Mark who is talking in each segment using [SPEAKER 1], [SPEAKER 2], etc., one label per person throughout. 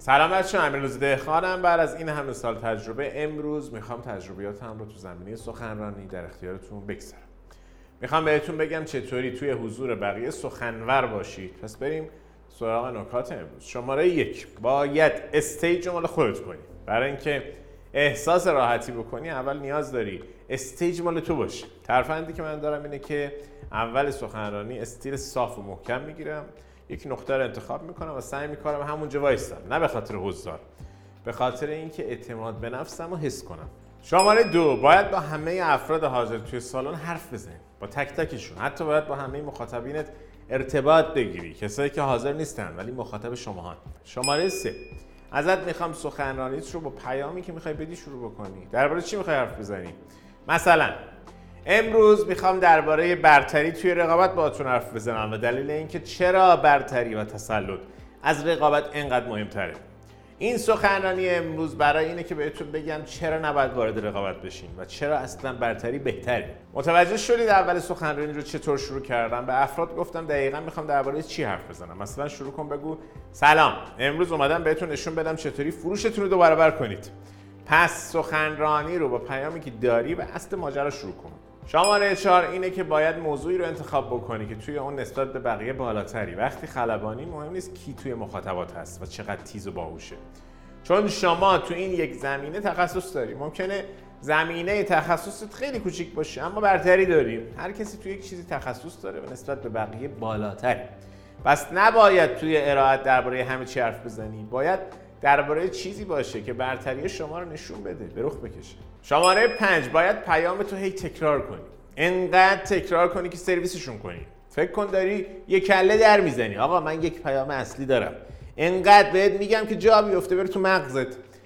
[SPEAKER 1] سلام بچه‌ها، امیررضا دهقانم. بعد از این همه سال تجربه امروز میخوام تجربیاتم رو تو زمینه سخنرانی در اختیارتون بگذارم. میخوام بهتون بگم چطوری توی حضور بقیه سخنور باشید. پس بریم سراغ نکات امروز. شماره 1، باید استیج مال خودت کنی. برای اینکه احساس راحتی بکنی اول نیاز داری استیج مال تو باشه. ترفندی که من دارم اینه که اول سخنرانی استیل صاف و محکم میگیرم، یک نقطه رو انتخاب میکنم و سعی میکنم همونجا وایسم، نه به خاطر حضار، به خاطر اینکه اعتماد به نفسم رو حس کنم. شماره 2، باید با همه افراد حاضر توی سالن حرف بزنی، با تک تکشون. حتی باید با همه مخاطبینت ارتباط بگیری، کسایی که حاضر نیستن ولی مخاطب شماهن. شماره 3، ازت میخوام سخنرانیت رو با پیامی که میخوای بدی شروع بکنی. درباره چی میخوای حرف بزنی؟ مثلا امروز میخوام درباره برتری توی رقابت باهاتون حرف بزنم و دلیل اینکه چرا برتری و تسلط از رقابت اینقدر مهمتره. این سخنرانی امروز برای اینه که بهتون بگم چرا نباید وارد رقابت بشین و چرا اصلا برتری بهتره. متوجه شدید اول سخنرانی رو چطور شروع کردم؟ به افراد گفتم دقیقاً میخوام درباره چی حرف بزنم. مثلا شروع کن بگو سلام، امروز اومدم بهتون نشون بدم چطوری فروشتون رو 2 برابر کنید. پس سخنرانی رو با پیامی که داری و اصل ماجرا شروع کن. شماره 4 اینه که باید موضوعی رو انتخاب بکنی که توی اون نسبت به بقیه بالاتری. وقتی خلبانی مهم نیست کی توی مخاطبات هست و چقدر تیز و باهوشه، چون شما تو این یک زمینه تخصص داری. ممکنه زمینه تخصصت خیلی کوچیک باشه اما برتری داری. هر کسی توی یک چیزی تخصص داره و نسبت به بقیه بالاتری. پس نباید توی ارائه درباره همه چی حرف بزنی، باید درباره چیزی باشه که برتری شما رو نشون بده، به رخ بکشه. شماره 5، باید پیام تو هی تکرار کنی. انقدر تکرار کنی که سرویسشون کنی. فکر کن داری یک کله در میزنی. آقا من یک پیام اصلی دارم، انقدر بهت میگم که جا بیفته بره تو مغزت.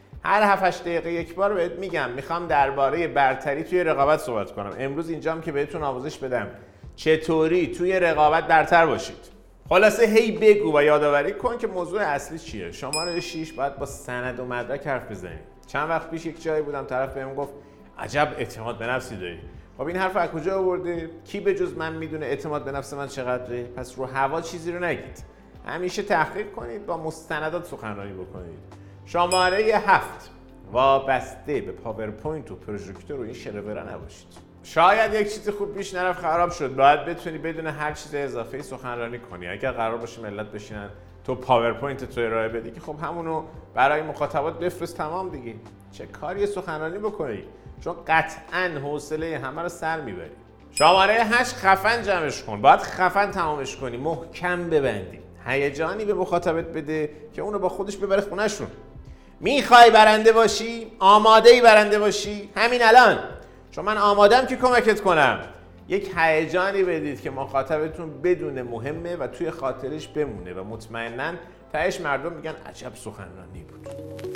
[SPEAKER 1] هر 7-8 دقیقه یک بار بهت میگم میخوام درباره برتری توی رقابت صحبت کنم. امروز اینجام که بهتون آموزش بدم چطوری توی رقابت برتر باشید. خلاصه هی بگو و یادآوری کن که موضوع اصلی چیه. شماره 6، باید با سند و مدرک حرف بزنی. چند وقت پیش یک جایی بودم، طرف بهم گفت عجب اعتماد به نفسی داری. خب این حرف از کجا آورده؟ کی به جز من میدونه اعتماد به نفس من چقدره؟ پس رو هوا چیزی رو نگید. همیشه تحقیق کنید، با مستندات سخنرانی بکنید. شماره 7، وابسته به پاورپوینت و پروژکتور و این شروورا نباشید. شاید یک چیزی خوب پیش نرفت، خراب شد. باید بتونی بدون هر چیز اضافه‌ای سخنرانی کنی. اگر قرار باشه ملت بشینن تو پاورپوینت تو ارائه بدی که خب همونو برای مخاطبات بفرست، تمام دیگه. چه کاری سخنرانی بکنی؟ چون قطعاً حوصله همه رو سر میبری. شماره 8، خفن جمعش کن. باید خفن تمامش کنی، محکم ببندی. هیجانی به مخاطبت بده که اونو با خودش ببره خونه‌شون. میخوای برنده باشی؟ آماده‌ای برنده باشی؟ همین الان، چون من آمادم که کمکت کنم. یک هیجانی بدید که مخاطبتون بدون مهمه و توی خاطرش بمونه و مطمئناً تهش مردم میگن عجب سخنرانی بود.